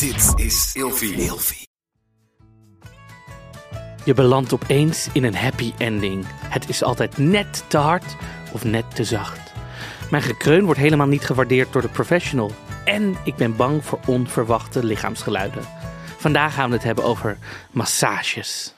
Dit is Ilfie. Je belandt opeens in een happy ending. Het is altijd net te hard of net te zacht. Mijn gekreun wordt helemaal niet gewaardeerd door de professional. En ik ben bang voor onverwachte lichaamsgeluiden. Vandaag gaan we het hebben over massages.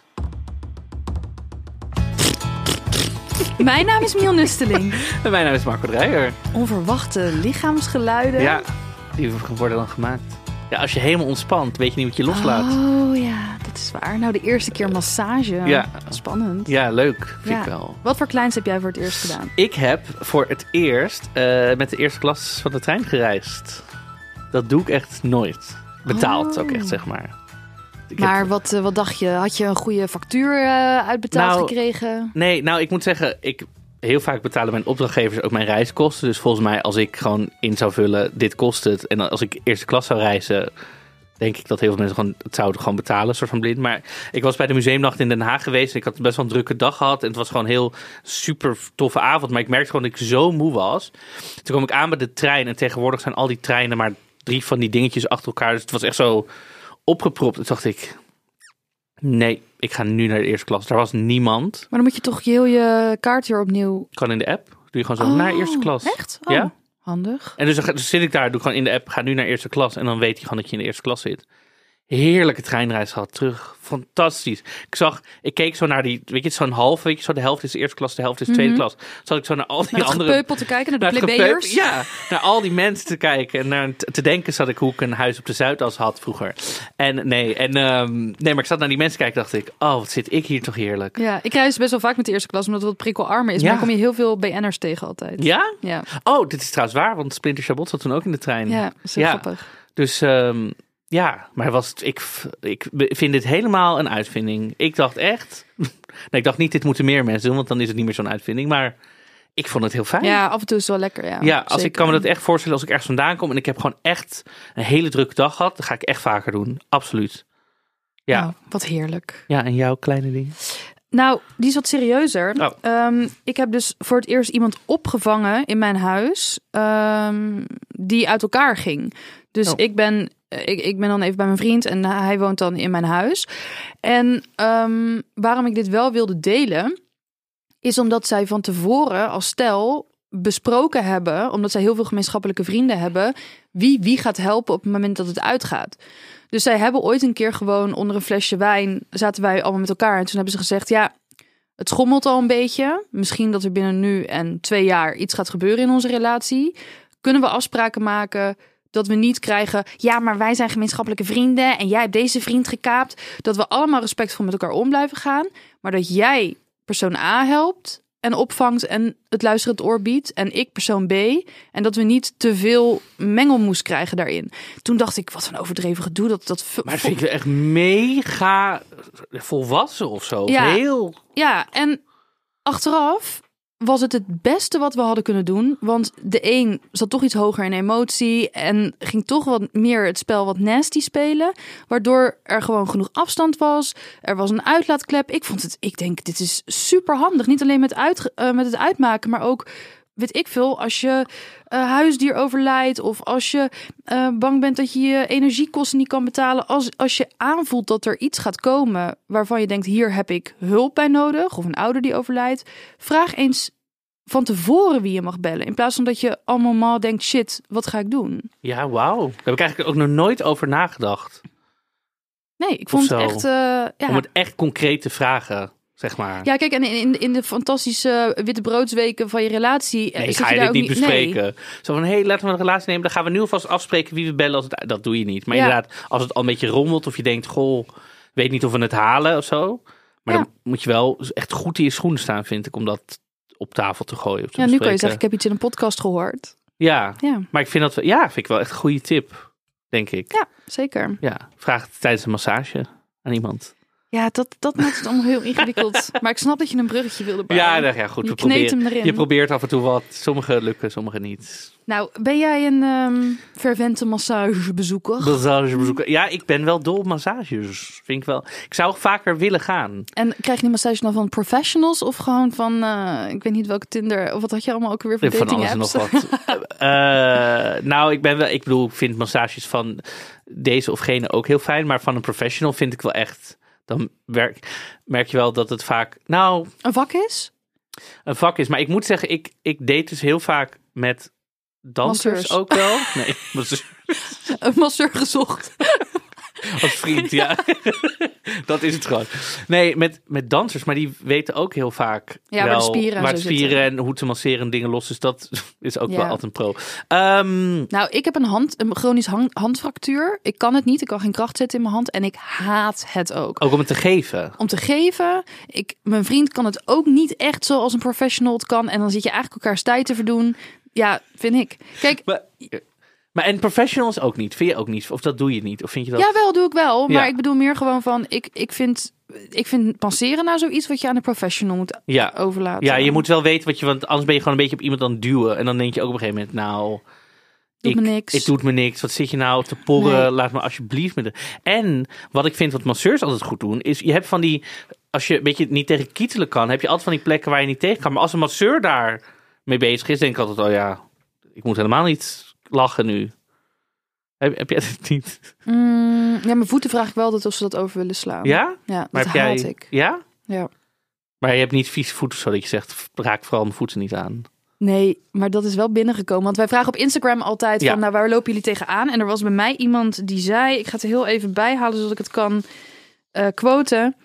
Mijn naam is Miel Nusteling. En mijn naam is Marco Dreyer. Onverwachte lichaamsgeluiden. Ja, die worden dan gemaakt. Ja, als je helemaal ontspant, weet je niet wat je loslaat. Oh ja, dat is waar. Nou, de eerste keer massage. Ja. Spannend. Ja, leuk. Vind ik wel. Wat voor kleins heb jij voor het eerst gedaan? Ik heb voor het eerst met de eerste klas van de trein gereisd. Dat doe ik echt nooit. Betaald ook echt, zeg maar. Maar wat dacht je? Had je een goede factuur uitbetaald gekregen? Nee, ik moet zeggen, heel vaak betalen mijn opdrachtgevers ook mijn reiskosten. Dus volgens mij, als ik gewoon in zou vullen, dit kost het. En als ik eerste klas zou reizen, denk ik dat heel veel mensen het zouden gewoon betalen, soort van blind. Maar ik was bij de museumnacht in Den Haag geweest. En ik had best wel een drukke dag gehad. En het was gewoon een heel super toffe avond. Maar ik merkte gewoon dat ik zo moe was. Toen kwam ik aan bij de trein. En tegenwoordig zijn al die treinen maar 3 van die dingetjes achter elkaar. Dus het was echt zo opgepropt. Toen dacht ik, nee, ik ga nu naar de eerste klas. Daar was niemand. Maar dan moet je toch heel je kaart weer opnieuw... Kan in de app. Doe je gewoon zo naar eerste klas. Echt? Oh, ja. Handig. En dus zit ik daar, doe gewoon in de app, ga nu naar eerste klas. En dan weet hij gewoon dat je in de eerste klas zit. Heerlijke treinreis gehad, terug. Fantastisch. Ik keek zo naar die, weet je, zo'n half, weet je, zo de helft is de eerste klas, de helft is de tweede klas. Zat ik zo naar al die naar andere... gepeupel te kijken, naar de plebeiers. Ja, naar al die mensen te kijken. En naar te denken zat ik hoe ik een huis op de Zuidas had vroeger. Maar ik zat naar die mensen kijken, dacht ik, oh, wat zit ik hier toch heerlijk. Ja, ik reis best wel vaak met de eerste klas, omdat het wat prikkelarmer is. Ja. Maar dan kom je heel veel BN'ers tegen altijd. Ja? Ja. Oh, dit is trouwens waar, want Splinter Chabot zat toen ook in de trein. Ja, dat is heel grappig. Dus... ja, maar ik vind dit helemaal een uitvinding. Ik dacht echt... Nee, ik dacht niet, dit moeten meer mensen doen, want dan is het niet meer zo'n uitvinding. Maar ik vond het heel fijn. Ja, af en toe is het wel lekker, ja. Ja, ik kan me dat echt voorstellen als ik ergens vandaan kom en ik heb gewoon echt een hele drukke dag gehad. Dan ga ik echt vaker doen. Absoluut. Ja. Nou, wat heerlijk. Ja, en jouw kleine ding? Nou, die is wat serieuzer. Oh. Ik heb dus voor het eerst iemand opgevangen in mijn huis die uit elkaar ging. Dus ik ben dan even bij mijn vriend en hij woont dan in mijn huis. En waarom ik dit wel wilde delen, is omdat zij van tevoren als stel besproken hebben, omdat zij heel veel gemeenschappelijke vrienden hebben, wie gaat helpen op het moment dat het uitgaat. Dus zij hebben ooit een keer gewoon onder een flesje wijn, zaten wij allemaal met elkaar. En toen hebben ze gezegd, ja, het schommelt al een beetje. Misschien dat er binnen nu en 2 jaar iets gaat gebeuren in onze relatie. Kunnen we afspraken maken dat we niet krijgen, ja, maar wij zijn gemeenschappelijke vrienden en jij hebt deze vriend gekaapt. Dat we allemaal respectvol met elkaar om blijven gaan. Maar dat jij persoon A helpt en opvangt en het luisterend oor biedt. En ik persoon B. En dat we niet te veel mengelmoes krijgen daarin. Toen dacht ik, wat een overdreven gedoe. Maar dat vind ik echt mega volwassen of zo. Ja, heel... ja, en achteraf was het beste wat we hadden kunnen doen. Want de een zat toch iets hoger in emotie en ging toch wat meer het spel wat nasty spelen. Waardoor er gewoon genoeg afstand was. Er was een uitlaatklep. Ik denk, dit is super handig. Niet alleen met het uitmaken, maar ook, weet ik veel, als je huisdier overlijdt of als je bang bent dat je je energiekosten niet kan betalen. Als je aanvoelt dat er iets gaat komen waarvan je denkt, hier heb ik hulp bij nodig, of een ouder die overlijdt, vraag eens van tevoren wie je mag bellen. In plaats van dat je allemaal denkt, shit, wat ga ik doen? Ja, wauw. Daar heb ik eigenlijk ook nog nooit over nagedacht. Nee, ik vond het echt... Om het echt concreet te vragen, zeg maar. Ja, kijk, en in de fantastische wittebroodsweken van je relatie... Nee, ga je dit niet bespreken. Nee. Zo van, laten we een relatie nemen. Dan gaan we nu alvast afspreken wie we bellen. Dat doe je niet. Maar inderdaad, als het al een beetje rommelt of je denkt, goh, weet niet of we het halen of zo. Maar dan moet je wel echt goed in je schoenen staan, vind ik, om dat op tafel te gooien. Ja, nu kan je zeggen, ik heb iets in een podcast gehoord. Ja, maar ik vind dat vind ik wel echt een goede tip, denk ik. Ja, zeker. Ja, vraag het tijdens een massage aan iemand. Ja, dat maakt het allemaal heel ingewikkeld. Maar ik snap dat je een bruggetje wilde bouwen. Ja, goed. Je kneedt hem erin. Je probeert af en toe wat. Sommige lukken, sommige niet. Nou, ben jij een fervente massagebezoeker? Ja, ik ben wel dol op massages. Vind ik wel. Ik zou vaker willen gaan. En krijg je die massage dan van professionals of gewoon van, ik weet niet welke Tinder, of wat had je allemaal ook weer voor dating apps? Van alles en nog wat. Ik vind massages van deze of gene ook heel fijn. Maar van een professional vind ik wel echt... Dan merk je wel dat het vaak... Nou, Een vak is? een vak is. Maar ik moet zeggen, ik date dus heel vaak met dansers Masseurs. ook wel. Nee, Een masseur gezocht. als vriend, ja. Dat is het gewoon. Nee, met dansers, maar die weten ook heel vaak Ja, wel waar de spieren en waar zo het spieren zitten. en hoe te masseren en dingen los. Dus dat is ook Ja. wel altijd een pro. Nou, ik heb een chronisch handfractuur. Ik kan het niet. Ik kan geen kracht zetten in mijn hand. En ik haat het ook. Ook om het te geven. Om te geven. Mijn vriend kan het ook niet echt zoals een professional het kan. En dan zit je eigenlijk elkaar tijd te verdoen. Ja, vind ik. Kijk, Maar en professionals ook niet? Vind je ook niet? Of dat doe je niet? Of vind je dat... ja, wel doe ik wel. Maar Ja. ik bedoel meer gewoon van... Ik vind passeren nou zoiets wat je aan een professional moet Ja. overlaten. Ja, je moet wel weten wat je... Want anders ben je gewoon een beetje op iemand aan het duwen. En dan denk je ook op een gegeven moment... Nou, Doet me niks. Het doet me niks. Wat zit je nou te porren? Nee. Laat me alsjeblieft met de... En wat ik vind wat masseurs altijd goed doen... Is je hebt van die... Als je een beetje niet tegen kietelen kan... Heb je altijd van die plekken waar je niet tegen kan. Maar als een masseur daar mee bezig is... Denk ik altijd... Oh ja, ik moet helemaal niet lachen nu. Heb jij het niet? Ja, mijn voeten vraag ik wel altijd of ze dat over willen slaan. Ja? Ja, Maar dat heb haat jij... ik. Ja? Ja. Maar je hebt niet vieze voeten, zodat je zegt... Raak vooral mijn voeten niet aan. Nee, maar dat is wel binnengekomen. Want wij vragen op Instagram altijd Ja. van... Nou, waar lopen jullie tegenaan? En er was bij mij iemand die zei... Ik ga het er heel even bijhalen, zodat ik het kan quoten.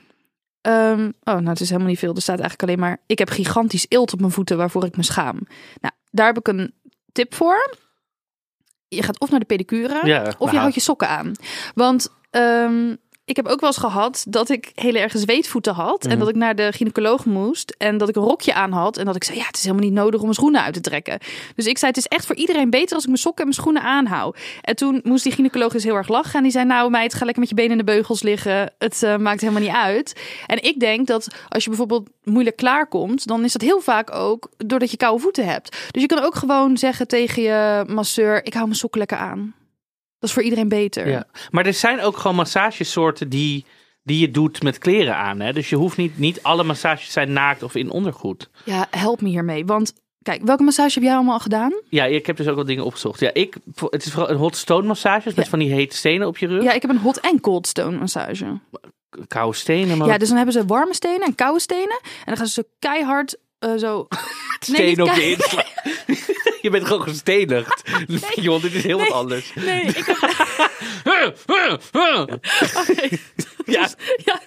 Het is helemaal niet veel. Er staat eigenlijk alleen maar... Ik heb gigantisch eelt op mijn voeten waarvoor ik me schaam. Nou, daar heb ik een tip voor. Je gaat of naar de pedicure... Ja, of je houdt je sokken aan. Want ik heb ook wel eens gehad dat ik hele erge zweetvoeten had. En dat ik naar de gynaecoloog moest. En dat ik een rokje aan had. En dat ik zei, ja, het is helemaal niet nodig om mijn schoenen uit te trekken. Dus ik zei, het is echt voor iedereen beter als ik mijn sokken en mijn schoenen aanhoud. En toen moest die gynaecoloog dus heel erg lachen. En die zei, nou meid, ga lekker met je benen in de beugels liggen. Het maakt helemaal niet uit. En ik denk dat als je bijvoorbeeld moeilijk klaarkomt, dan is dat heel vaak ook doordat je koude voeten hebt. Dus je kan ook gewoon zeggen tegen je masseur, ik hou mijn sokken lekker aan. Dat is voor iedereen beter. Ja. Maar er zijn ook gewoon massagesoorten die je doet met kleren aan. Hè? Dus je hoeft niet alle massages zijn naakt of in ondergoed. Ja, help me hiermee. Want kijk, welke massage heb jij allemaal gedaan? Ja, ik heb dus ook wat dingen opgezocht. Ja, het is vooral een hot stone massage met van die hete stenen op je rug. Ja, ik heb een hot en cold stone massage. Koude stenen. Maar Ja, dus dan hebben ze warme stenen en koude stenen. En dan gaan ze zo keihard zo... stenen op je Nee, inslaan. Je bent gewoon gestenigd. Joh, dit is heel wat anders. Nee, ik heb... Ja. Ja.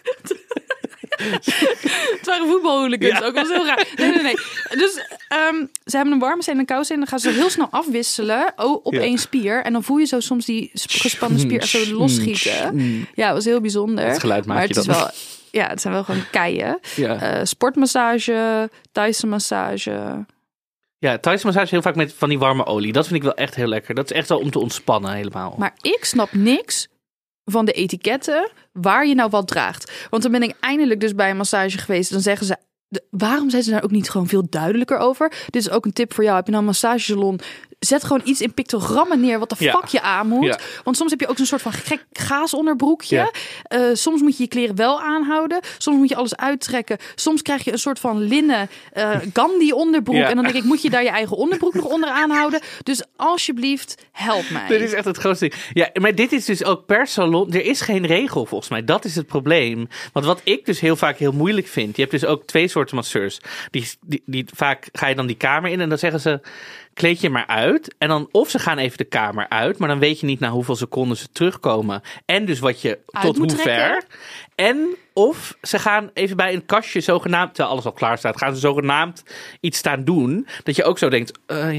Het waren voetbalhooligans, Ja. ook wel heel raar. Nee. Dus ze hebben een warme steen en een koude steen. Dan gaan ze heel snel afwisselen op één spier. En dan voel je zo soms die gespannen spier echt zo losschieten. Ja, dat was heel bijzonder. Het geluid maak maar je het dan. is wel... Ja, het zijn wel gewoon keien. Ja. Sportmassage, Thaise massage. Ja, Thaise massage heel vaak met van die warme olie. Dat vind ik wel echt heel lekker. Dat is echt wel om te ontspannen helemaal. Maar ik snap niks van de etiketten waar je nou wat draagt. Want dan ben ik eindelijk dus bij een massage geweest. Dan zeggen ze, waarom zijn ze daar ook niet gewoon veel duidelijker over? Dit is ook een tip voor jou. Heb je nou een massagesalon? Zet gewoon iets in pictogrammen neer wat de fuck je aan moet. Ja. Want soms heb je ook zo'n soort van gek gaasonderbroekje. Ja. Soms moet je je kleren wel aanhouden. Soms moet je alles uittrekken. Soms krijg je een soort van linnen Gandhi onderbroek. Ja. En dan denk ik, moet je daar je eigen onderbroek nog onder aanhouden? Dus alsjeblieft, help mij. Dit is echt het grootste ding. Ja, maar dit is dus ook per salon. Er is geen regel volgens mij. Dat is het probleem. Want wat ik dus heel vaak heel moeilijk vind. Je hebt dus ook twee soorten masseurs. Die vaak ga je dan die kamer in en dan zeggen ze, kleed je maar uit. En dan of ze gaan even de kamer uit, maar dan weet je niet na hoeveel seconden ze terugkomen. En dus wat je Uit tot moet hoe trekken. ver. En of ze gaan even bij een kastje zogenaamd, terwijl alles al klaar staat, gaan ze zogenaamd iets staan doen. Dat je ook zo denkt,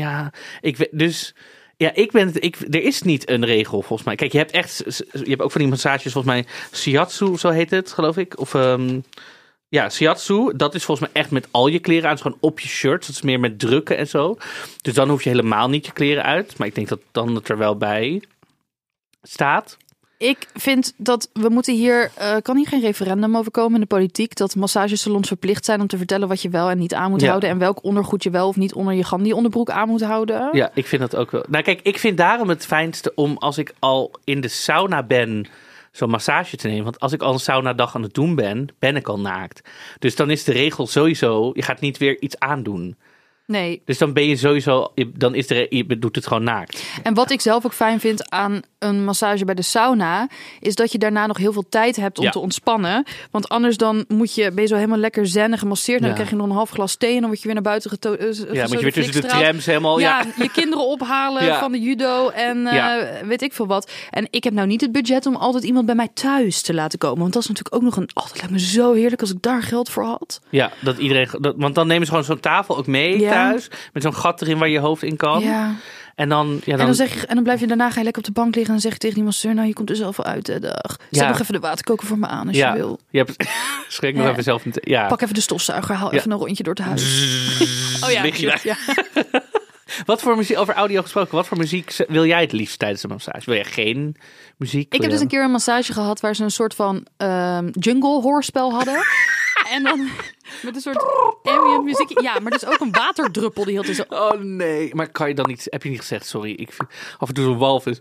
er is niet een regel volgens mij. Kijk, je hebt ook van die massages volgens mij, shiatsu, zo heet het, geloof ik. Of shiatsu, dat is volgens mij echt met al je kleren aan. Het is gewoon op je shirt. Dat is meer met drukken en zo. Dus dan hoef je helemaal niet je kleren uit. Maar ik denk dat dan het er wel bij staat. Ik vind dat we moeten hier... kan hier geen referendum over komen in de politiek... dat massagesalons verplicht zijn om te vertellen wat je wel en niet aan moet houden... en welk ondergoed je wel of niet onder je Gandhi-onderbroek aan moet houden. Ja, ik vind dat ook wel. Nou kijk, ik vind daarom het fijnste om als ik al in de sauna ben, zo'n massage te nemen. Want als ik al een saunadag aan het doen ben, ben ik al naakt. Dus dan is de regel sowieso, je gaat niet weer iets aandoen. Nee. Dus dan ben je sowieso, je doet het gewoon naakt. En wat ik zelf ook fijn vind aan een massage bij de sauna, is dat je daarna nog heel veel tijd hebt om te ontspannen. Want anders dan ben je zo helemaal lekker zen en gemasseerd. En dan krijg je nog een half glas thee en dan word je weer naar buiten moet je weer tussen de trams helemaal. Ja, je kinderen ophalen van de judo en weet ik veel wat. En ik heb nou niet het budget om altijd iemand bij mij thuis te laten komen. Want dat is natuurlijk ook nog dat lijkt me zo heerlijk als ik daar geld voor had. Ja, want dan nemen ze gewoon zo'n tafel ook mee thuis. Met zo'n gat erin waar je hoofd in kan. Ja. En dan blijf je daarna ga je lekker op de bank liggen en dan zeg je tegen die masseur, nou je komt er zelf wel uit. Dag. Zet nog even de waterkoker voor me aan als je wil. Schrik nog even zelf. Pak even de stofzuiger, haal even een rondje door het huis. Lig je daar. Wat voor muziek, over audio gesproken, wat voor muziek wil jij het liefst tijdens een massage? Wil jij geen muziek? Ik heb dus een keer een massage gehad waar ze een soort van jungle hoorspel hadden. En dan met een soort ambient muziek. Ja, maar dus ook een waterdruppel die heel zo. Oh nee, maar kan je dan niet? Heb je niet gezegd? Sorry, ik vind af en toe zo'n walvis.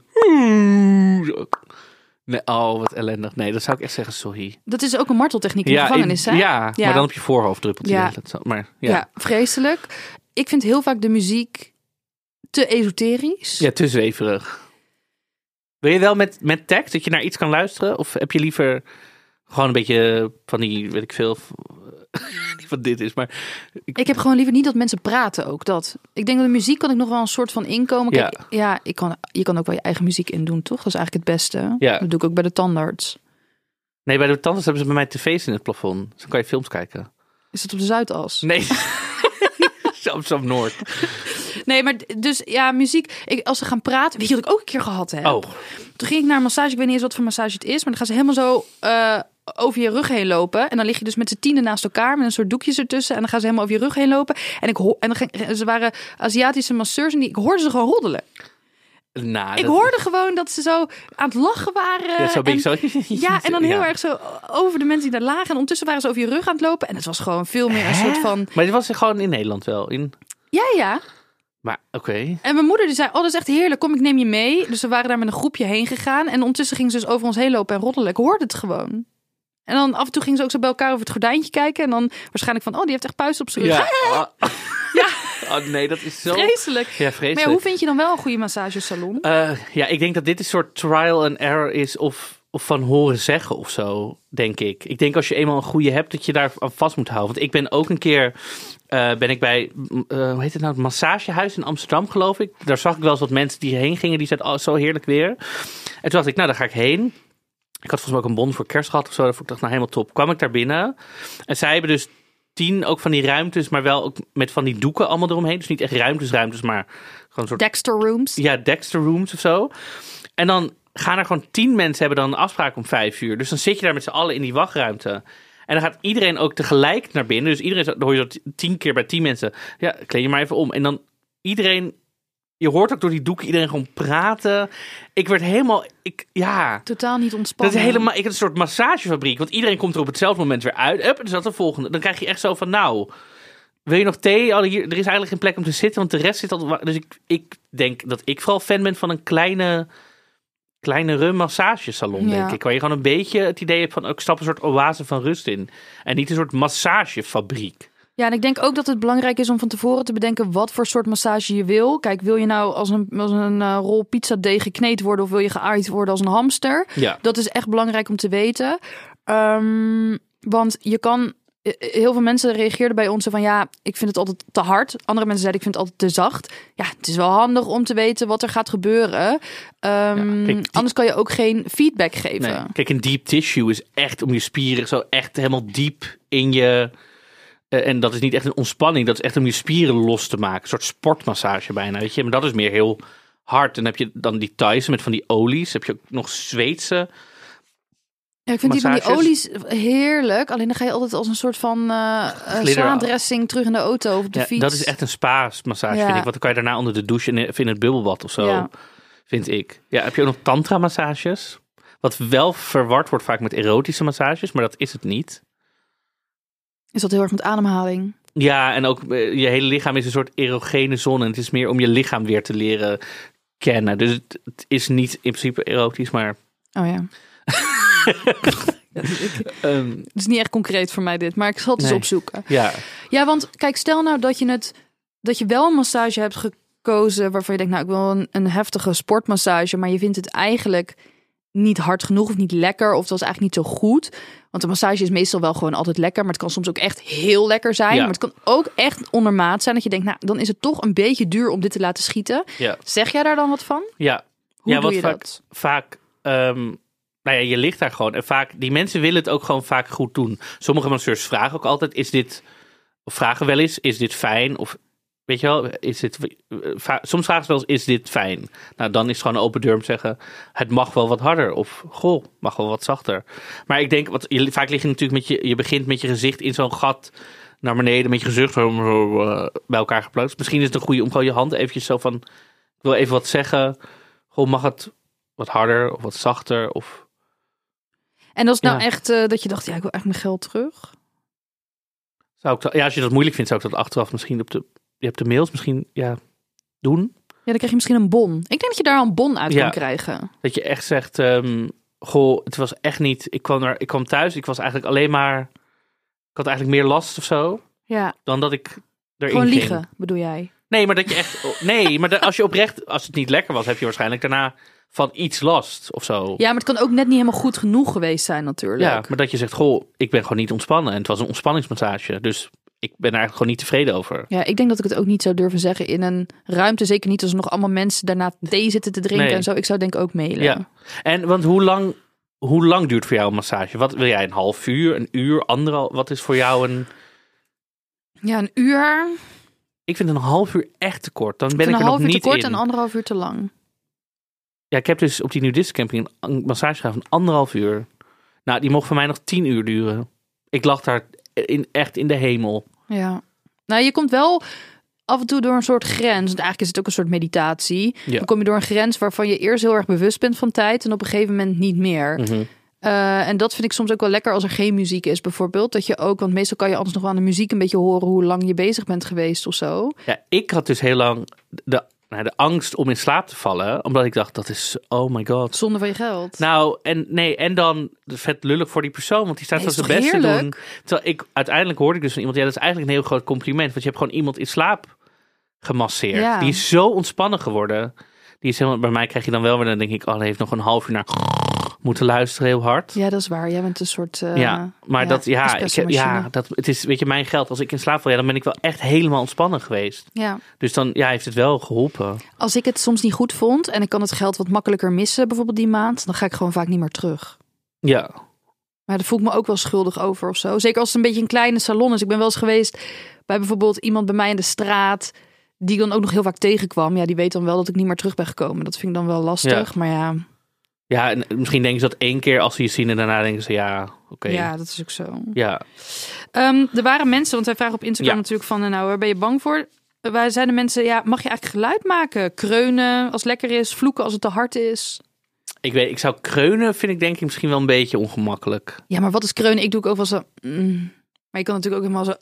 Nee, wat ellendig. Nee, dat zou ik echt zeggen. Sorry. Dat is ook een marteltechniek in de gevangenis, hè? Ja, maar dan op je voorhoofd druppelt hij. Ja, vreselijk. Ik vind heel vaak de muziek te esoterisch. Ja, te zweverig. Wil je wel met tekst dat je naar iets kan luisteren? Of heb je liever gewoon een beetje van die, weet ik veel, niet wat dit is, maar ik heb gewoon liever niet dat mensen praten ook. Ik denk dat de muziek kan ik nog wel een soort van inkomen. Kijk, je kan ook wel je eigen muziek in doen, toch? Dat is eigenlijk het beste. Ja. Dat doe ik ook bij de tandarts. Nee, bij de tandarts hebben ze bij mij tv's in het plafond. Dus dan kan je films kijken. Is dat op de Zuidas? Nee. Amsterdam Noord. Nee, maar dus muziek. Als ze gaan praten, weet je wat ik ook een keer gehad heb? Oh. Toen ging ik naar een massage. Ik weet niet eens wat voor massage het is, maar dan gaan ze helemaal zo over je rug heen lopen. En dan lig je dus met z'n tienen naast elkaar met een soort doekjes ertussen. En dan gaan ze helemaal over je rug heen lopen. En ze waren Aziatische masseurs en ik hoorde ze gewoon roddelen. Ik hoorde gewoon dat ze zo aan het lachen waren. Ja, zo ben ik zo. En dan heel erg zo over de mensen die daar lagen. En ondertussen waren ze over je rug aan het lopen. En het was gewoon veel meer een soort van. Maar dit was gewoon in Nederland wel? Ja. Maar oké. En mijn moeder die zei, dat is echt heerlijk, kom ik neem je mee. Dus we waren daar met een groepje heen gegaan. En ondertussen gingen ze dus over ons heen lopen en roddelen. Ik hoorde het gewoon. En dan af en toe gingen ze ook zo bij elkaar over het gordijntje kijken. En dan waarschijnlijk van, die heeft echt puist op zijn rug. Ja. Oh nee, dat is zo vreselijk. Ja, vreselijk. Maar hoe vind je dan wel een goede massagesalon? Ik denk dat dit een soort trial and error is of van horen zeggen of zo, denk ik. Ik denk als je eenmaal een goede hebt, dat je daar aan vast moet houden. Want ik ben ook een keer bij, hoe heet het nou, het massagehuis in Amsterdam, geloof ik. Daar zag ik wel eens wat mensen die heen gingen, die zeiden, zo heerlijk weer. En toen dacht ik, daar ga ik heen. Ik had volgens mij ook een bon voor kerst gehad of zo. Dat vond ik helemaal top. Kwam ik daar binnen en zij hebben dus 10 ook van die ruimtes, maar wel ook met van die doeken allemaal eromheen. Dus niet echt ruimtes, maar gewoon een soort Dexter rooms. Ja, Dexter rooms of zo. En dan gaan er gewoon 10 mensen hebben dan een afspraak om 5 uur. Dus dan zit je daar met z'n allen in die wachtruimte. En dan gaat iedereen ook tegelijk naar binnen. Dus iedereen, dan hoor je zo 10 keer bij 10 mensen. Ja, kleed je maar even om. En dan iedereen, je hoort ook door die doeken iedereen gewoon praten. Ik werd helemaal, totaal niet ontspannen. Dat is helemaal, ik had een soort massagefabriek. Want iedereen komt er op hetzelfde moment weer uit. En dan zat de volgende. Dan krijg je echt zo van, wil je nog thee? Er is eigenlijk geen plek om te zitten, want de rest zit al. Dus ik denk dat ik vooral fan ben van een kleinere massagesalon, denk ik. Waar je gewoon een beetje het idee hebt van, ik stap een soort oase van rust in. En niet een soort massagefabriek. Ja, en ik denk ook dat het belangrijk is om van tevoren te bedenken wat voor soort massage je wil. Kijk, wil je nou als een rol pizzadeeg gekneed worden of wil je geaaid worden als een hamster? Ja. Dat is echt belangrijk om te weten. Want je kan. Heel veel mensen reageerden bij ons van ik vind het altijd te hard. Andere mensen zeiden ik vind het altijd te zacht. Ja, het is wel handig om te weten wat er gaat gebeuren. Anders kan je ook geen feedback geven. Nee. Kijk, een deep tissue is echt om je spieren zo echt helemaal diep in je. En dat is niet echt een ontspanning. Dat is echt om je spieren los te maken. Een soort sportmassage bijna, weet je. Maar dat is meer heel hard. En dan heb je dan die Thais met van die olies. Heb je ook nog Zweedse. Ja, ik vind die van die olies heerlijk. Alleen dan ga je altijd als een soort van sla-dressing terug in de auto of op de fiets. Dat is echt een spa-massage, vind ik. Want dan kan je daarna onder de douche in het bubbelbad of zo, vind ik. Ja, heb je ook nog tantra-massages? Wat wel verward wordt vaak met erotische massages, maar dat is het niet. Is dat heel erg met ademhaling? Ja, en ook je hele lichaam is een soort erogene zone. En het is meer om je lichaam weer te leren kennen. Dus het is niet in principe erotisch, maar. Oh ja. Het is niet echt concreet voor mij dit, maar ik zal het eens opzoeken. Ja, want kijk, stel nou dat je het dat je wel een massage hebt gekozen waarvan je denkt, nou, ik wil een heftige sportmassage, maar je vindt het eigenlijk niet hard genoeg of niet lekker, of het was eigenlijk niet zo goed. Want de massage is meestal wel gewoon altijd lekker, maar het kan soms ook echt heel lekker zijn. Ja. Maar het kan ook echt ondermaat zijn dat je denkt, nou, dan is het toch een beetje duur om dit te laten schieten. Ja. Zeg jij daar dan wat van? Ja. Hoe ja, doe wat je vaak, dat? Vaak, nou ja, je ligt daar gewoon. En vaak, die mensen willen het ook gewoon vaak goed doen. Sommige masseurs vragen ook altijd, of vragen wel eens, is dit fijn? Of, weet je wel, soms vragen ze wel eens, is dit fijn? Nou, dan is het gewoon een open deur om te zeggen, het mag wel wat harder. Of, goh, mag wel wat zachter. Maar ik denk, vaak lig je natuurlijk je begint met je gezicht in zo'n gat naar beneden, met je gezicht zo, bij elkaar geplaatst. Misschien is het een goede om gewoon je hand eventjes zo van, ik wil even wat zeggen. Goh, mag het wat harder of wat zachter? Of... En dat is nou echt dat je dacht, ja, ik wil echt mijn geld terug. Als je dat moeilijk vindt, zou ik dat achteraf misschien je hebt de mails misschien doen. Ja, dan krijg je misschien een bon. Ik denk dat je daar een bon uit kan krijgen. Dat je echt zegt, goh, het was echt niet, ik kwam thuis, ik was eigenlijk alleen maar, ik had eigenlijk meer last of zo, dan dat ik erin gewoon ging. liegen, bedoel jij? Nee, maar dat je echt, als je oprecht, als het niet lekker was, heb je waarschijnlijk daarna van iets last of zo. Ja, maar het kan ook net niet helemaal goed genoeg geweest zijn natuurlijk. Ja, maar dat je zegt, goh, ik ben gewoon niet ontspannen. En het was een ontspanningsmassage. Dus ik ben er eigenlijk gewoon niet tevreden over. Ja, ik denk dat ik het ook niet zou durven zeggen in een ruimte. Zeker niet als er nog allemaal mensen daarna thee zitten te drinken en zo. Ik zou denk ik ook mailen. Ja, en want hoe lang duurt voor jou een massage? Wat wil jij, een half uur, een uur, anderhalf? Wat is voor jou een... Ja, een uur. Ik vind een half uur echt te kort. Dan ben ik er nog niet in. Een half uur te kort en anderhalf uur te lang. Ja, ik heb dus op die nudistcamping een massage gedaan van 1,5 uur. Nou, die mocht voor mij nog 10 uur duren. Ik lag daar echt in de hemel. Ja. Nou, je komt wel af en toe door een soort grens. Want eigenlijk is het ook een soort meditatie. Ja. Dan kom je door een grens waarvan je eerst heel erg bewust bent van tijd. En op een gegeven moment niet meer. Mm-hmm. En dat vind ik soms ook wel lekker als er geen muziek is bijvoorbeeld. Dat je ook, want meestal kan je anders nog wel aan de muziek een beetje horen hoe lang je bezig bent geweest of zo. Ja, ik had dus heel lang de angst om in slaap te vallen. Omdat ik dacht, dat is, oh my god. Zonde van je geld. Nou, en dan vet lullig voor die persoon. Want die staat zo zijn best te doen. Terwijl uiteindelijk hoorde ik dus van iemand, ja, dat is eigenlijk een heel groot compliment. Want je hebt gewoon iemand in slaap gemasseerd. Ja. Die is zo ontspannen geworden. Die is helemaal, bij mij krijg je dan wel weer, dan denk ik, oh, hij heeft nog een half uur naar moeten luisteren heel hard. Ja, dat is waar. Jij bent een soort het is, weet je, mijn geld. Als ik in slaap val, dan ben ik wel echt helemaal ontspannen geweest. Ja. Dus dan heeft het wel geholpen. Als ik het soms niet goed vond en ik kan het geld wat makkelijker missen, bijvoorbeeld die maand, dan ga ik gewoon vaak niet meer terug. Ja. Maar daar voel ik me ook wel schuldig over of zo. Zeker als het een beetje een kleine salon is. Ik ben wel eens geweest bij bijvoorbeeld iemand bij mij in de straat, die dan ook nog heel vaak tegenkwam. Ja, die weet dan wel dat ik niet meer terug ben gekomen. Dat vind ik dan wel lastig, maar ja. Ja, en misschien denken ze dat 1 keer als ze je zien en daarna denken ze, ja, oké. Ja, dat is ook zo. Ja. Er waren mensen, want wij vragen op Instagram natuurlijk van, nou, waar ben je bang voor? Wij zeiden mensen, ja, mag je eigenlijk geluid maken? Kreunen als het lekker is, vloeken als het te hard is. Ik zou kreunen, vind ik denk ik misschien wel een beetje ongemakkelijk. Ja, maar wat is kreunen? Ik doe ook wel zo. Maar je kan natuurlijk ook helemaal zo.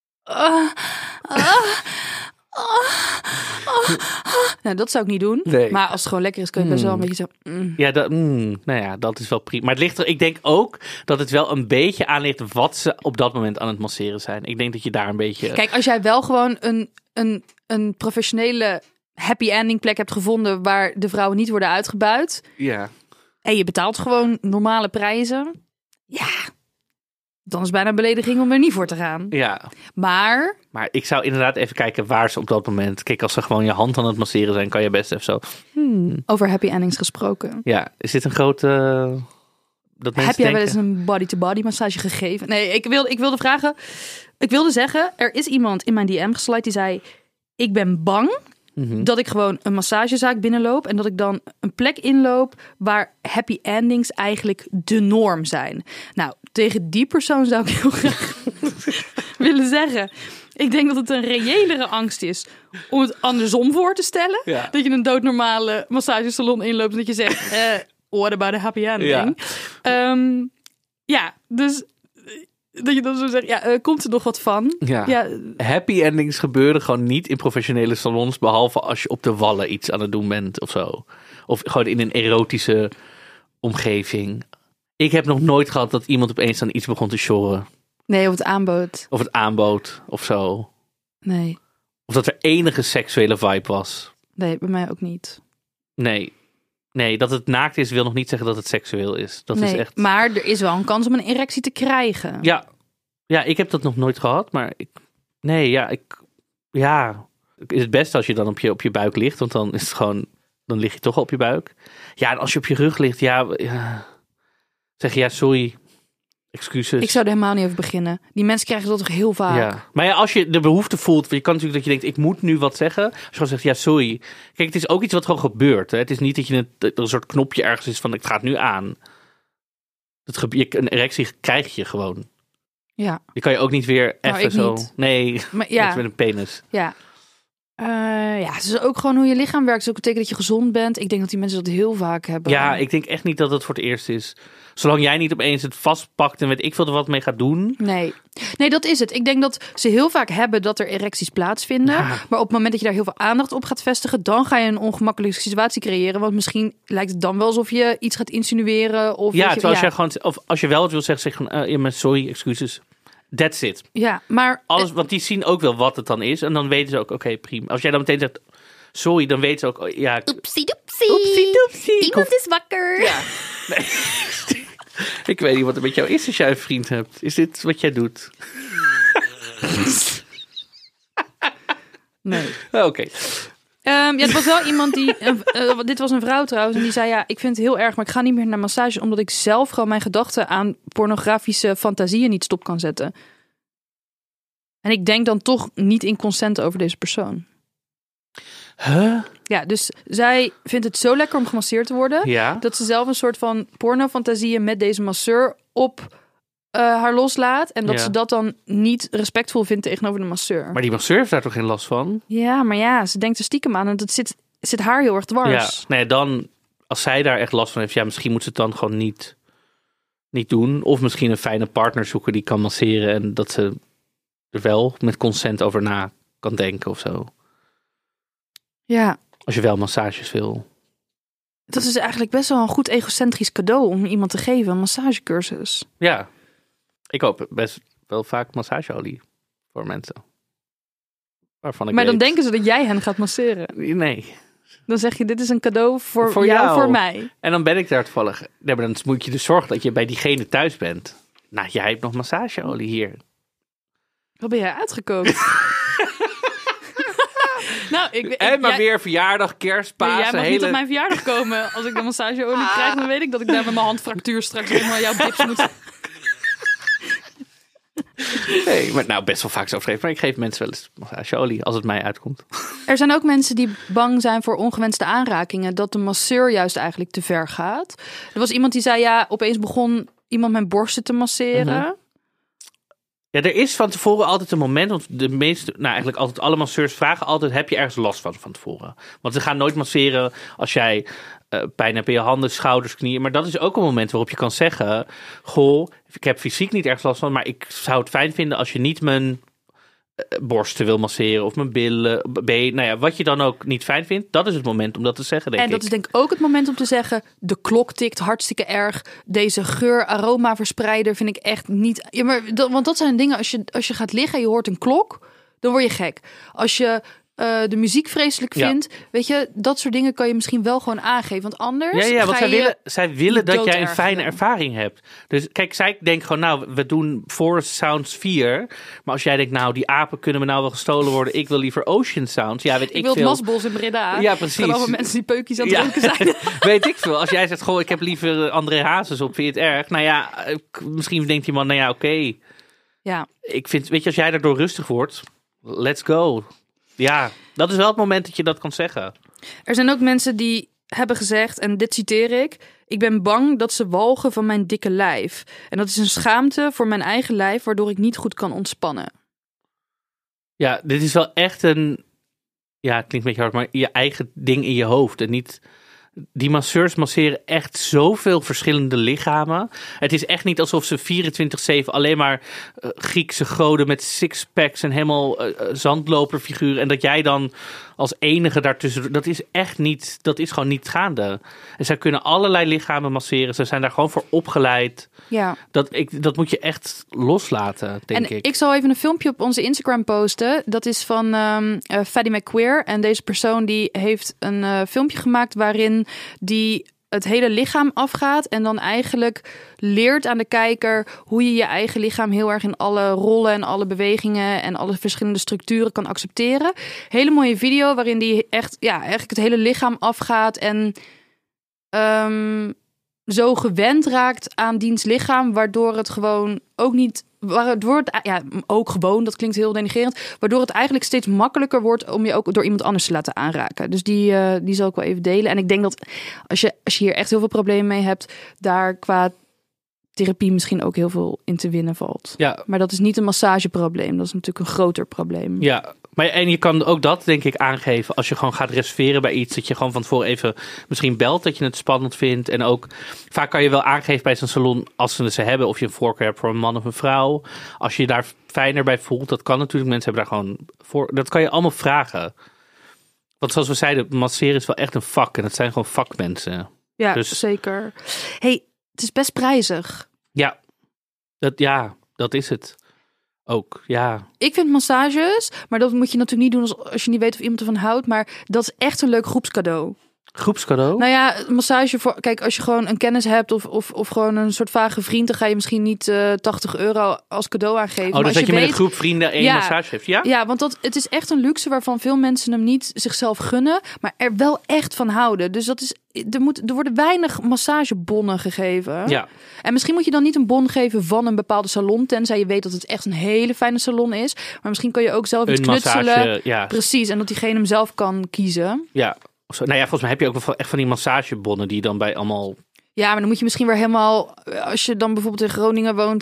Nou, dat zou ik niet doen. Nee. Maar als het gewoon lekker is, kun je best wel een beetje zo. Ja, nou ja, dat is wel prima. Maar het ligt er, ik denk ook dat het wel een beetje aan ligt wat ze op dat moment aan het masseren zijn. Ik denk dat je daar een beetje... Kijk, als jij wel gewoon een professionele happy ending plek hebt gevonden waar de vrouwen niet worden uitgebuit. Ja. En je betaalt gewoon normale prijzen. Ja, dan is het bijna een belediging om er niet voor te gaan. Ja. Maar ik zou inderdaad even kijken waar ze op dat moment... Kijk, als ze gewoon je hand aan het masseren zijn, kan je best even zo... Over happy endings gesproken. Ja, is dit een grote... Heb jij wel eens een body-to-body massage gegeven? Nee, ik wilde vragen... Ik wilde zeggen, er is iemand in mijn DM geslide die zei... Ik ben bang dat ik gewoon een massagezaak binnenloop... en dat ik dan een plek inloop waar happy endings eigenlijk de norm zijn. Nou, tegen die persoon zou ik heel graag willen zeggen... Ik denk dat het een reëlere angst is om het andersom voor te stellen. Ja. Dat je een doodnormale massagesalon inloopt en dat je zegt... what about a happy ending? Ja, dus... Dat je dan zo zegt, komt er nog wat van? Ja. Happy endings gebeuren gewoon niet in professionele salons... behalve als je op de wallen iets aan het doen bent of zo. Of gewoon in een erotische omgeving. Ik heb nog nooit gehad dat iemand opeens dan iets begon te sjorren. Nee, of het aanbood. Of het aanbood of zo. Nee. Of dat er enige seksuele vibe was. Nee, bij mij ook niet. Nee, dat het naakt is wil nog niet zeggen dat het seksueel is. Dat is echt... Maar er is wel een kans om een erectie te krijgen. Ja, ik heb dat nog nooit gehad, maar is het best als je dan op je buik ligt, want dan is het gewoon, dan lig je toch al op je buik. Ja, en als je op je rug ligt, zeg je sorry, excuses. Ik zou er helemaal niet over beginnen. Die mensen krijgen dat toch heel vaak. Ja. Maar ja, als je de behoefte voelt, je kan natuurlijk dat je denkt, ik moet nu wat zeggen. Als je gewoon zegt, sorry. Kijk, het is ook iets wat gewoon gebeurt. Hè? Het is niet dat er een soort knopje ergens is van, het gaat nu aan. Een erectie krijg je gewoon. Ja. Die kan je ook niet weer even zo... Niet. Nee, maar met een penis. Ja. Het is ook gewoon hoe je lichaam werkt. Het is ook betekent dat je gezond bent. Ik denk dat die mensen dat heel vaak hebben. Ja, ik denk echt niet dat het voor het eerst is. Zolang jij niet opeens het vastpakt en weet ik veel er wat mee gaat doen. Nee, dat is het. Ik denk dat ze heel vaak hebben dat er erecties plaatsvinden. Ja. Maar op het moment dat je daar heel veel aandacht op gaat vestigen, dan ga je een ongemakkelijke situatie creëren. Want misschien lijkt het dan wel alsof je iets gaat insinueren. Of als je wel wat wil zeggen, zeg gewoon, sorry, excuses. That's it. Ja, maar... Want die zien ook wel wat het dan is. En dan weten ze ook, oké, prima. Als jij dan meteen zegt, sorry, dan weten ze ook... Oepsie doepsie. Iemand is wakker. Ja. Nee. Ik weet niet wat er met jou is als jij een vriend hebt. Is dit wat jij doet? Nee. Oké. Het was wel iemand die... dit was een vrouw trouwens. En die zei, ik vind het heel erg, maar ik ga niet meer naar massage. Omdat ik zelf gewoon mijn gedachten aan pornografische fantasieën niet stop kan zetten. En ik denk dan toch niet in consent over deze persoon. Huh? Ja, dus zij vindt het zo lekker om gemasseerd te worden. Ja. Dat ze zelf een soort van pornofantasieën met deze masseur op haar loslaat. En dat ze dat dan niet respectvol vindt tegenover de masseur. Maar die masseur heeft daar toch geen last van? Ja, maar ze denkt er stiekem aan. En dat zit haar heel erg dwars. Ja, nee, dan, als zij daar echt last van heeft, misschien moet ze het dan gewoon niet doen. Of misschien een fijne partner zoeken die kan masseren. En dat ze er wel met consent over na kan denken of zo. Ja. Als je wel massages wil. Dat is eigenlijk best wel een goed egocentrisch cadeau om iemand te geven, een massagecursus. Ja. Ik koop best wel vaak massageolie voor mensen. Maar dan denken ze dat jij hen gaat masseren. Nee. Dan zeg je, dit is een cadeau voor jou, voor mij. En dan ben ik daar toevallig. Nee, maar dan moet je dus zorgen dat je bij diegene thuis bent. Nou, jij hebt nog massageolie hier. Wat ben jij uitgekookt? Weer verjaardag, kerst, Pasen. Jij mag niet op mijn verjaardag komen. Als ik de massageolie krijg, dan weet ik dat ik daar met mijn handfractuur straks helemaal jouw dips moet. Nee, maar best wel vaak zo overdreven. Maar ik geef mensen wel eens massageolie als het mij uitkomt. Er zijn ook mensen die bang zijn voor ongewenste aanrakingen. Dat de masseur juist eigenlijk te ver gaat. Er was iemand die zei, opeens begon iemand mijn borsten te masseren. Mm-hmm. Ja, er is van tevoren altijd een moment, want de meeste, eigenlijk altijd alle masseurs vragen altijd, heb je ergens last van tevoren? Want ze gaan nooit masseren als jij pijn hebt in je handen, schouders, knieën. Maar dat is ook een moment waarop je kan zeggen, goh, ik heb fysiek niet ergens last van, maar ik zou het fijn vinden als je niet mijn borsten wil masseren of mijn billen, benen, wat je dan ook niet fijn vindt. Dat is het moment om dat te zeggen, denk ik. En dat is denk ik ook het moment om te zeggen, de klok tikt hartstikke erg. Deze geur-aroma verspreider vind ik echt niet... Ja, maar want dat zijn dingen, als je gaat liggen en je hoort een klok, dan word je gek. Als je de muziek vreselijk vindt, weet je, dat soort dingen kan je misschien wel gewoon aangeven. Want anders want zij willen dat jij een fijne ervaring hebt. Dus kijk, zij denkt gewoon, we doen Forest Sounds 4. Maar als jij denkt, die apen kunnen me nou wel gestolen worden. Ik wil liever Ocean Sounds. Ja, weet ik wil veel. Het Masbos in Breda. Ja, precies. Van allemaal mensen die peukjes aan het roken zijn. Weet ik veel. Als jij zegt, goh, ik heb liever André Hazes op, vind je het erg? Misschien denkt die man, oké. Ja. Ik vind, weet je, als jij daardoor rustig wordt, let's go. Ja, dat is wel het moment dat je dat kan zeggen. Er zijn ook mensen die hebben gezegd, en dit citeer ik, ik ben bang dat ze walgen van mijn dikke lijf. En dat is een schaamte voor mijn eigen lijf, waardoor ik niet goed kan ontspannen. Ja, dit is wel echt het klinkt een beetje hard, maar je eigen ding in je hoofd. En niet... Die masseurs masseren echt zoveel verschillende lichamen. Het is echt niet alsof ze 24/7 alleen maar Griekse goden met sixpacks en helemaal zandloperfiguren. En dat jij dan als enige daartussen. Dat is gewoon niet gaande. En zij kunnen allerlei lichamen masseren. Ze zijn daar gewoon voor opgeleid. Ja. Dat moet je echt loslaten, denk ik. Ik zal even een filmpje op onze Instagram posten. Dat is van Fatty McQueer. En deze persoon die heeft een filmpje gemaakt waarin die het hele lichaam afgaat en dan eigenlijk leert aan de kijker hoe je je eigen lichaam heel erg in alle rollen en alle bewegingen en alle verschillende structuren kan accepteren. Hele mooie video waarin die echt eigenlijk het hele lichaam afgaat en zo gewend raakt aan diens lichaam, waardoor het gewoon ook niet... ook gewoon, dat klinkt heel denigrerend. Waardoor het eigenlijk steeds makkelijker wordt om je ook door iemand anders te laten aanraken. Dus die zal ik wel even delen. En ik denk dat als je hier echt heel veel problemen mee hebt, daar qua therapie misschien ook heel veel in te winnen valt. Ja. Maar dat is niet een massageprobleem. Dat is natuurlijk een groter probleem. Ja, en je kan ook dat denk ik aangeven als je gewoon gaat reserveren bij iets. Dat je gewoon van tevoren even misschien belt dat je het spannend vindt. En ook vaak kan je wel aangeven bij zo'n salon als ze hebben. Of je een voorkeur hebt voor een man of een vrouw. Als je je daar fijner bij voelt. Dat kan natuurlijk. Mensen hebben daar gewoon voor. Dat kan je allemaal vragen. Want zoals we zeiden, masseren is wel echt een vak. En het zijn gewoon vakmensen. Ja, dus zeker. Hey, het is best prijzig. Ja, dat is het. Ook, ja. Ik vind massages, maar dat moet je natuurlijk niet doen als je niet weet of iemand ervan houdt. Maar dat is echt een leuk groepscadeau. Groepscadeau? Nou ja, massage voor... Kijk, als je gewoon een kennis hebt of gewoon een soort vage vriend, dan ga je misschien niet €80 als cadeau aangeven. Oh, dus dat je met een groep vrienden één massage heeft, ja? Ja, want het is echt een luxe waarvan veel mensen hem niet zichzelf gunnen, maar er wel echt van houden. Dus dat is... Er worden weinig massagebonnen gegeven. Ja. En misschien moet je dan niet een bon geven van een bepaalde salon, tenzij je weet dat het echt een hele fijne salon is. Maar misschien kan je ook zelf iets knutselen. Massage, ja. Precies, en dat diegene hem zelf kan kiezen. Ja. Nou ja, volgens mij heb je ook wel echt van die massagebonnen die dan bij allemaal... Ja, maar dan moet je misschien weer helemaal, als je dan bijvoorbeeld in Groningen woont,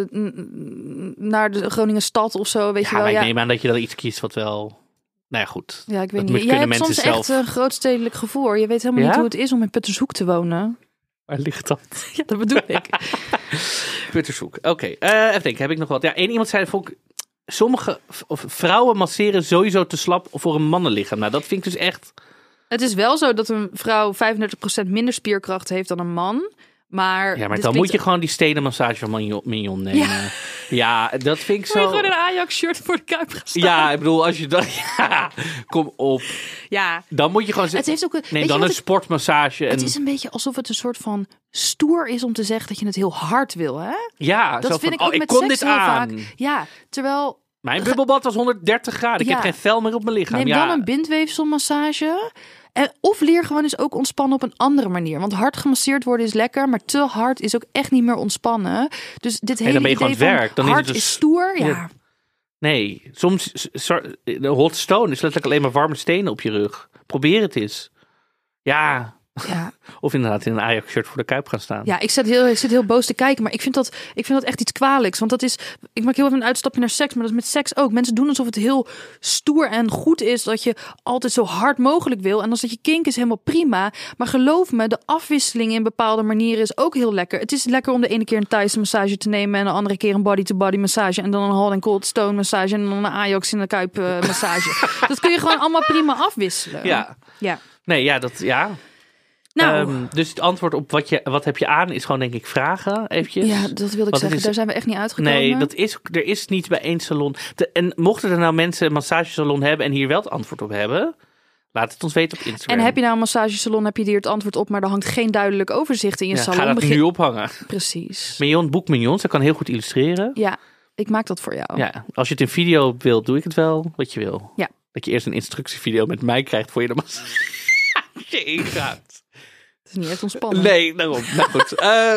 naar de Groningen stad of zo, weet je wel. Maar ik neem aan dat je dan iets kiest wat wel... Nou ja, goed. Ja, ik weet niet. Jij hebt soms echt een grootstedelijk gevoel. Je weet helemaal niet hoe het is om in Puttershoek te wonen. Waar ligt dat? Ja, dat bedoel ik. Puttershoek. Oké, even denken. Heb ik nog wat? Ja, één iemand zei, sommige vrouwen masseren sowieso te slap voor een mannenlichaam. Nou, dat vind ik dus echt... Het is wel zo dat een vrouw 35% minder spierkracht heeft dan een man. Maar dan moet je gewoon die stenen massage van Mignon nemen. Ja, dat vind ik zo... Moet je gewoon een Ajax-shirt voor de Kuip gaan staan. Ja, ik bedoel, als je dan... Ja, kom op. Ja. Dan moet je gewoon zeggen... Het heeft ook een sportmassage. Het is een beetje alsof het een soort van stoer is om te zeggen dat je het heel hard wil, hè? Ja. Dat vind ik ook met kon seks dit heel aan. vaak. Ja, terwijl... Mijn bubbelbad was 130 graden. Ik heb geen vel meer op mijn lichaam. Neem dan een bindweefselmassage. Of leer gewoon eens ook ontspannen op een andere manier. Want hard gemasseerd worden is lekker, maar te hard is ook echt niet meer ontspannen. Dus dit hele dan ben je idee gewoon werk. Dan hard is, is stoer, ja. Nee, soms... De hot stone is letterlijk alleen maar warme stenen op je rug. Probeer het eens. Ja... Of inderdaad in een Ajax-shirt voor de Kuip gaan staan. Ja, ik zit heel boos te kijken. Maar ik vind dat echt iets kwalijks. Want dat is... Ik maak heel even een uitstapje naar seks. Maar dat is met seks ook. Mensen doen alsof het heel stoer en goed is. Dat je altijd zo hard mogelijk wil. En als dat je kink is helemaal prima. Maar geloof me, de afwisseling in bepaalde manieren is ook heel lekker. Het is lekker om de ene keer een Thaise massage te nemen. En de andere keer een body-to-body massage. En dan een hot and cold stone massage. En dan een Ajax in de Kuip massage. Dat kun je gewoon allemaal prima afwisselen. Ja. Nee, ja, dat... Ja. Nou, dus het antwoord op wat heb je aan is gewoon denk ik vragen eventjes. Ja, dat wilde ik zeggen. Daar zijn we echt niet uitgekomen. Nee, er is niet bij één salon. En mochten er nou mensen een massagesalon hebben en hier wel het antwoord op hebben, laat het ons weten op Instagram. En heb je nou een massagesalon, heb je hier het antwoord op, maar er hangt geen duidelijk overzicht in je salon. Ga dat nu ophangen. Precies. Boek Mignon, ze kan heel goed illustreren. Ja, ik maak dat voor jou. Ja, als je het in video wilt, doe ik het wel wat je wil. Ja. Dat je eerst een instructievideo met mij krijgt voor je de massage ingaat. Het is niet echt ontspannen. Nee, daarom. Nou goed.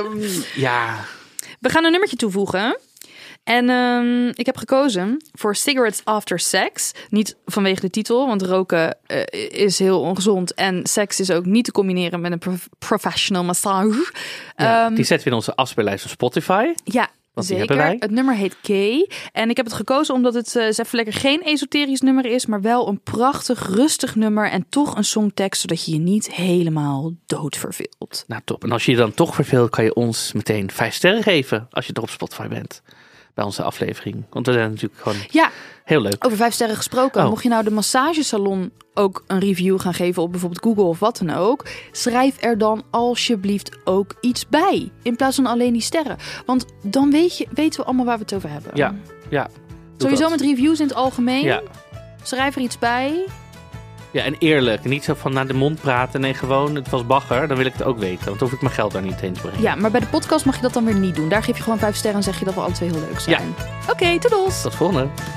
Ja. We gaan een nummertje toevoegen. En ik heb gekozen voor Cigarettes After Sex. Niet vanwege de titel, want roken is heel ongezond. En seks is ook niet te combineren met een professional massage. Ja, die zetten we in onze afspeellijst van Spotify. Ja. Zeker. Het nummer heet Kay. En ik heb het gekozen omdat het even lekker geen esoterisch nummer is, maar wel een prachtig, rustig nummer en toch een songtekst, zodat je je niet helemaal dood verveelt. Nou, top. En als je je dan toch verveelt, kan je ons meteen 5 sterren geven als je er op Spotify bent. bij onze aflevering. Want we zijn natuurlijk gewoon Ja, heel leuk. over 5 sterren gesproken. Oh. Mocht je nou de massagesalon ook een review gaan geven op bijvoorbeeld Google of wat dan ook, schrijf er dan alsjeblieft ook iets bij. In plaats van alleen die sterren. Want dan weten we allemaal waar we het over hebben. Ja. Doe Sowieso dat. met reviews in het algemeen. Ja. Schrijf er iets bij. Ja, en eerlijk. Niet zo van naar de mond praten. Nee, gewoon, het was bagger. Dan wil ik het ook weten. Want dan hoef ik mijn geld daar niet heen te brengen. Ja, maar bij de podcast mag je dat dan weer niet doen. Daar geef je gewoon 5 sterren en zeg je dat we alle twee heel leuk zijn. Oké, toedels! Tot volgende.